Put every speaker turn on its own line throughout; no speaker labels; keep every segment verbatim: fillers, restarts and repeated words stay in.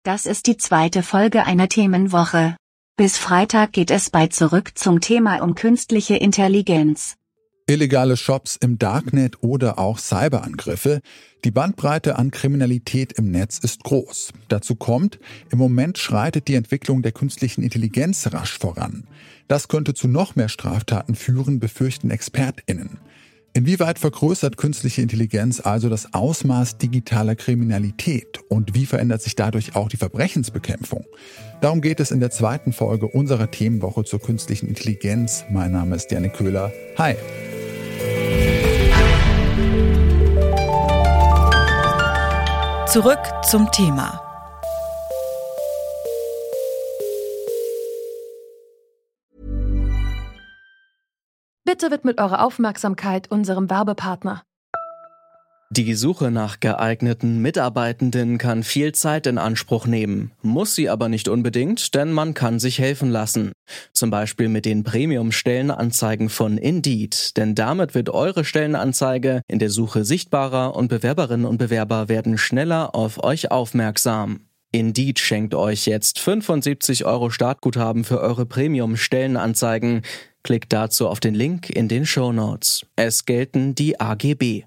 Das ist die zweite Folge einer Themenwoche. Bis Freitag geht es bei Zurück zum Thema um künstliche Intelligenz.
Illegale Shops im Darknet oder auch Cyberangriffe. Die Bandbreite an Kriminalität im Netz ist groß. Dazu kommt, im Moment schreitet die Entwicklung der künstlichen Intelligenz rasch voran. Das könnte zu noch mehr Straftaten führen, befürchten ExpertInnen. Inwieweit vergrößert künstliche Intelligenz also das Ausmaß digitaler Kriminalität und wie verändert sich dadurch auch die Verbrechensbekämpfung? Darum geht es in der zweiten Folge unserer Themenwoche zur künstlichen Intelligenz. Mein Name ist Janne Köhler. Hi!
Zurück zum Thema.
Bitte widmet eure Aufmerksamkeit unserem Werbepartner.
Die Suche nach geeigneten Mitarbeitenden kann viel Zeit in Anspruch nehmen, muss sie aber nicht unbedingt, denn man kann sich helfen lassen. Zum Beispiel mit den Premium-Stellenanzeigen von Indeed, denn damit wird eure Stellenanzeige in der Suche sichtbarer und Bewerberinnen und Bewerber werden schneller auf euch aufmerksam. Indeed schenkt euch jetzt fünfundsiebzig Euro Startguthaben für eure Premium-Stellenanzeigen. Klickt dazu auf den Link in den Shownotes. Es gelten die A G B.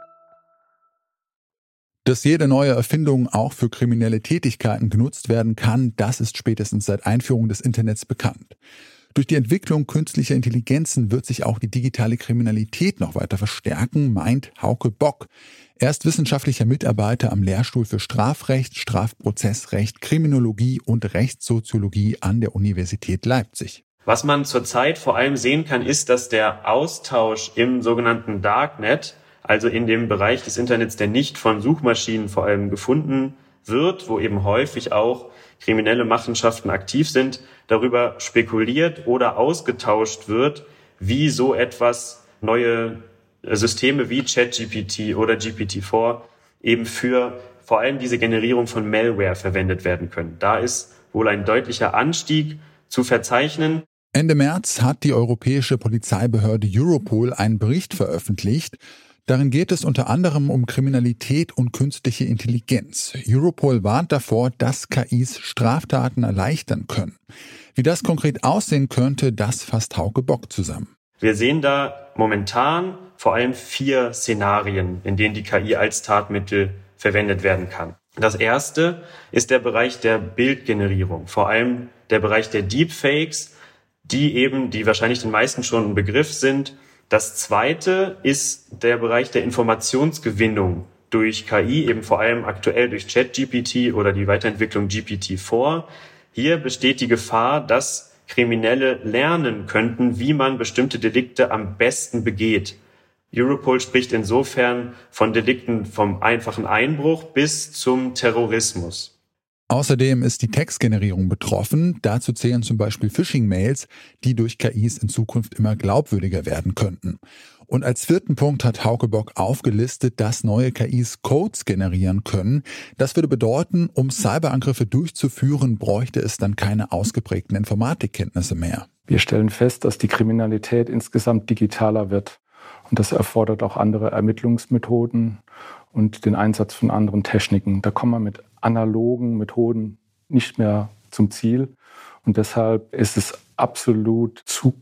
Dass jede neue Erfindung auch für kriminelle Tätigkeiten genutzt werden kann, das ist spätestens seit Einführung des Internets bekannt. Durch die Entwicklung künstlicher Intelligenzen wird sich auch die digitale Kriminalität noch weiter verstärken, meint Hauke Bock. Er ist wissenschaftlicher Mitarbeiter am Lehrstuhl für Strafrecht, Strafprozessrecht, Kriminologie und Rechtssoziologie an der Universität Leipzig.
Was man zurzeit vor allem sehen kann, ist, dass der Austausch im sogenannten Darknet, also in dem Bereich des Internets, der nicht von Suchmaschinen vor allem gefunden wird, wo eben häufig auch kriminelle Machenschaften aktiv sind, darüber spekuliert oder ausgetauscht wird, wie so etwas neue Systeme wie ChatGPT oder G P T vier eben für vor allem diese Generierung von Malware verwendet werden können. Da ist wohl ein deutlicher Anstieg zu verzeichnen.
Ende März hat die europäische Polizeibehörde Europol einen Bericht veröffentlicht. Darin geht es unter anderem um Kriminalität und künstliche Intelligenz. Europol warnt davor, dass K Is Straftaten erleichtern können. Wie das konkret aussehen könnte, das fasst Hauke Bock zusammen.
Wir sehen da momentan vor allem vier Szenarien, in denen die K I als Tatmittel verwendet werden kann. Das erste ist der Bereich der Bildgenerierung, vor allem der Bereich der Deepfakes, die eben, die wahrscheinlich den meisten schon ein Begriff sind. Das zweite ist der Bereich der Informationsgewinnung durch K I, eben vor allem aktuell durch ChatGPT oder die Weiterentwicklung G P T vier. Hier besteht die Gefahr, dass Kriminelle lernen könnten, wie man bestimmte Delikte am besten begeht. Europol spricht insofern von Delikten vom einfachen Einbruch bis zum Terrorismus.
Außerdem ist die Textgenerierung betroffen. Dazu zählen zum Beispiel Phishing-Mails, die durch K Is in Zukunft immer glaubwürdiger werden könnten. Und als vierten Punkt hat Hauke Bock aufgelistet, dass neue K Is Codes generieren können. Das würde bedeuten, um Cyberangriffe durchzuführen, bräuchte es dann keine ausgeprägten Informatikkenntnisse mehr.
Wir stellen fest, dass die Kriminalität insgesamt digitaler wird. Und das erfordert auch andere Ermittlungsmethoden und den Einsatz von anderen Techniken. Da kommen wir mit analogen Methoden nicht mehr zum Ziel. Und deshalb ist es absolut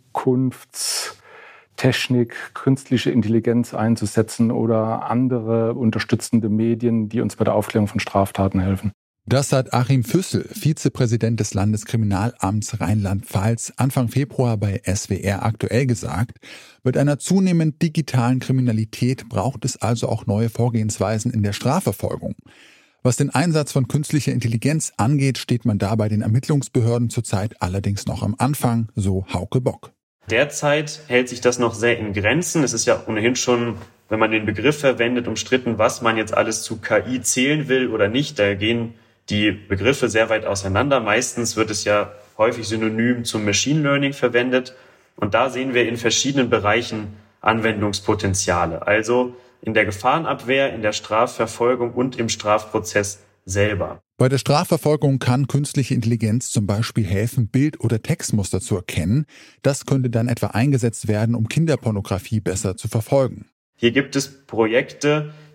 Zukunftstechnik, künstliche Intelligenz einzusetzen oder andere unterstützende Medien, die uns bei der Aufklärung von Straftaten helfen.
Das hat Achim Füssel, Vizepräsident des Landeskriminalamts Rheinland-Pfalz, Anfang Februar bei S W R aktuell gesagt. Mit einer zunehmend digitalen Kriminalität braucht es also auch neue Vorgehensweisen in der Strafverfolgung. Was den Einsatz von künstlicher Intelligenz angeht, steht man da bei den Ermittlungsbehörden zurzeit allerdings noch am Anfang, so Hauke Bock.
Derzeit hält sich das noch sehr in Grenzen. Es ist ja ohnehin schon, wenn man den Begriff verwendet, umstritten, was man jetzt alles zu K I zählen will oder nicht. Da gehen die Begriffe sehr weit auseinander. Meistens wird es ja häufig synonym zum Machine Learning verwendet. Und da sehen wir in verschiedenen Bereichen Anwendungspotenziale. Also in der Gefahrenabwehr, in der Strafverfolgung und im Strafprozess selber.
Bei der Strafverfolgung kann künstliche Intelligenz zum Beispiel helfen, Bild- oder Textmuster zu erkennen. Das könnte dann etwa eingesetzt werden, um Kinderpornografie besser zu verfolgen.
Hier gibt es Projekte,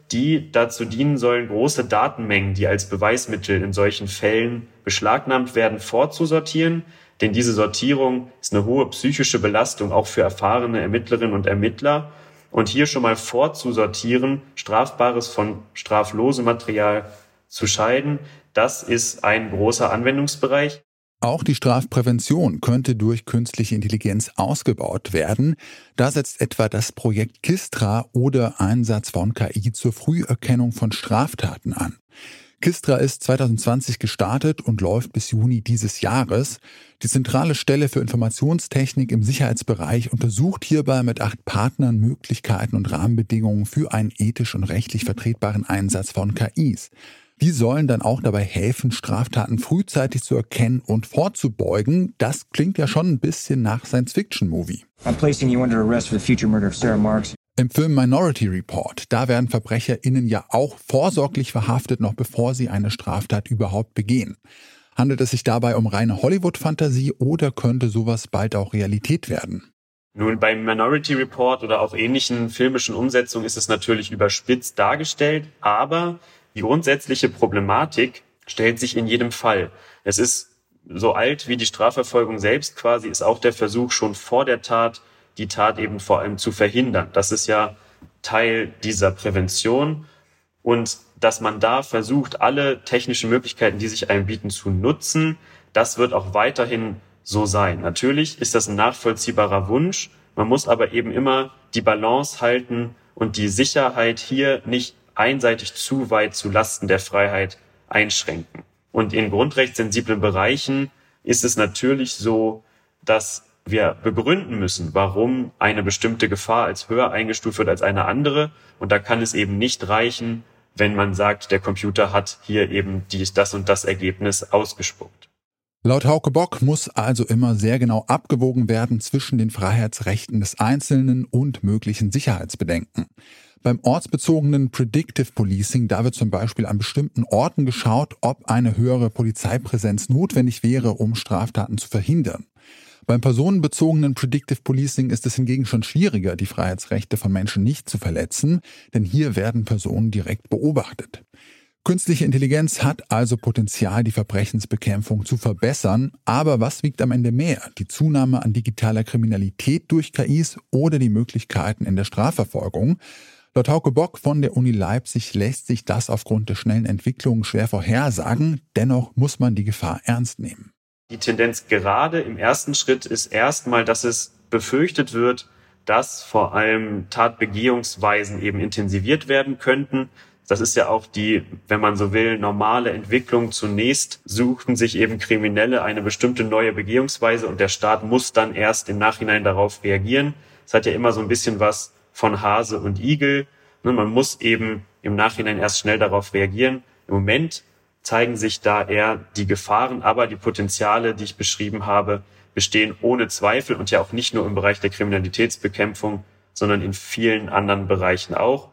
die dazu dienen sollen, große Datenmengen, die als Beweismittel in solchen Fällen beschlagnahmt werden, vorzusortieren. Denn diese Sortierung ist eine hohe psychische Belastung, auch für erfahrene Ermittlerinnen und Ermittler. Und hier schon mal vorzusortieren, strafbares von straflosem Material zu scheiden, das ist ein großer Anwendungsbereich.
Auch die Strafprävention könnte durch künstliche Intelligenz ausgebaut werden. Da setzt etwa das Projekt Kistra oder Einsatz von K I zur Früherkennung von Straftaten an. Kistra ist zwanzig zwanzig gestartet und läuft bis Juni dieses Jahres. Die zentrale Stelle für Informationstechnik im Sicherheitsbereich untersucht hierbei mit acht Partnern Möglichkeiten und Rahmenbedingungen für einen ethisch und rechtlich vertretbaren Einsatz von K Is. Die sollen dann auch dabei helfen, Straftaten frühzeitig zu erkennen und vorzubeugen. Das klingt ja schon ein bisschen nach Science-Fiction-Movie.
I'm placing you under arrest for the future murder of Sarah Marks.
Im Film Minority Report, da werden VerbrecherInnen ja auch vorsorglich verhaftet, noch bevor sie eine Straftat überhaupt begehen. Handelt es sich dabei um reine Hollywood-Fantasie oder könnte sowas bald auch Realität werden?
Nun, beim Minority Report oder auch ähnlichen filmischen Umsetzungen ist es natürlich überspitzt dargestellt, aber die grundsätzliche Problematik stellt sich in jedem Fall. Es ist so alt wie die Strafverfolgung selbst quasi, ist auch der Versuch schon vor der Tat, die Tat eben vor allem zu verhindern. Das ist ja Teil dieser Prävention. Und dass man da versucht, alle technischen Möglichkeiten, die sich einem bieten, zu nutzen, das wird auch weiterhin so sein. Natürlich ist das ein nachvollziehbarer Wunsch. Man muss aber eben immer die Balance halten und die Sicherheit hier nicht einseitig zu weit zu Lasten der Freiheit einschränken. Und in grundrechtssensiblen Bereichen ist es natürlich so, dass wir begründen müssen, warum eine bestimmte Gefahr als höher eingestuft wird als eine andere. Und da kann es eben nicht reichen, wenn man sagt, der Computer hat hier eben dies, das und das Ergebnis ausgespuckt.
Laut Hauke Bock muss also immer sehr genau abgewogen werden zwischen den Freiheitsrechten des Einzelnen und möglichen Sicherheitsbedenken. Beim ortsbezogenen Predictive Policing, da wird zum Beispiel an bestimmten Orten geschaut, ob eine höhere Polizeipräsenz notwendig wäre, um Straftaten zu verhindern. Beim personenbezogenen Predictive Policing ist es hingegen schon schwieriger, die Freiheitsrechte von Menschen nicht zu verletzen, denn hier werden Personen direkt beobachtet. Künstliche Intelligenz hat also Potenzial, die Verbrechensbekämpfung zu verbessern, aber was wiegt am Ende mehr? Die Zunahme an digitaler Kriminalität durch K Is oder die Möglichkeiten in der Strafverfolgung? Laut Hauke Bock von der Uni Leipzig lässt sich das aufgrund der schnellen Entwicklung schwer vorhersagen, dennoch muss man die Gefahr ernst nehmen.
Die Tendenz gerade im ersten Schritt ist erstmal, dass es befürchtet wird, dass vor allem Tatbegehungsweisen eben intensiviert werden könnten. Das ist ja auch die, wenn man so will, normale Entwicklung. Zunächst suchten sich eben Kriminelle eine bestimmte neue Begehungsweise und der Staat muss dann erst im Nachhinein darauf reagieren. Es hat ja immer so ein bisschen was von Hase und Igel. Man muss eben im Nachhinein erst schnell darauf reagieren. Im Moment zeigen sich da eher die Gefahren, aber die Potenziale, die ich beschrieben habe, bestehen ohne Zweifel und ja auch nicht nur im Bereich der Kriminalitätsbekämpfung, sondern in vielen anderen Bereichen auch.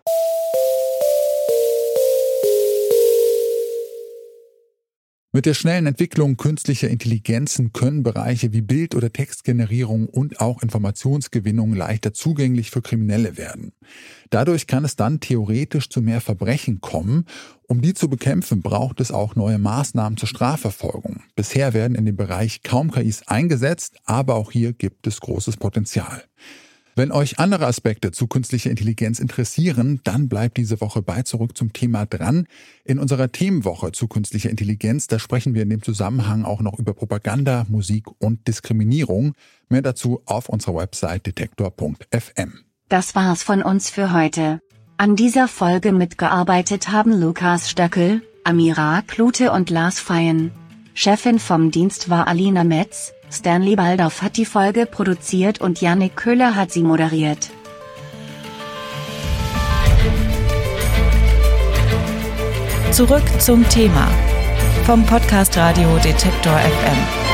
Mit der schnellen Entwicklung künstlicher Intelligenzen können Bereiche wie Bild- oder Textgenerierung und auch Informationsgewinnung leichter zugänglich für Kriminelle werden. Dadurch kann es dann theoretisch zu mehr Verbrechen kommen. Um die zu bekämpfen, braucht es auch neue Maßnahmen zur Strafverfolgung. Bisher werden in dem Bereich kaum K Is eingesetzt, aber auch hier gibt es großes Potenzial. Wenn euch andere Aspekte zu künstlicher Intelligenz interessieren, dann bleibt diese Woche bei Zurück zum Thema dran. In unserer Themenwoche zu künstlicher Intelligenz, da sprechen wir in dem Zusammenhang auch noch über Propaganda, Musik und Diskriminierung. Mehr dazu auf unserer Website detektor punkt f m.
Das war's von uns für heute. An dieser Folge mitgearbeitet haben Lukas Stöckel, Amira Klute und Lars Feyen. Chefin vom Dienst war Alina Metz. Stanley Baldauf hat die Folge produziert und Yannick Köhler hat sie moderiert.
Zurück zum Thema vom Podcast Radio Detektor F M.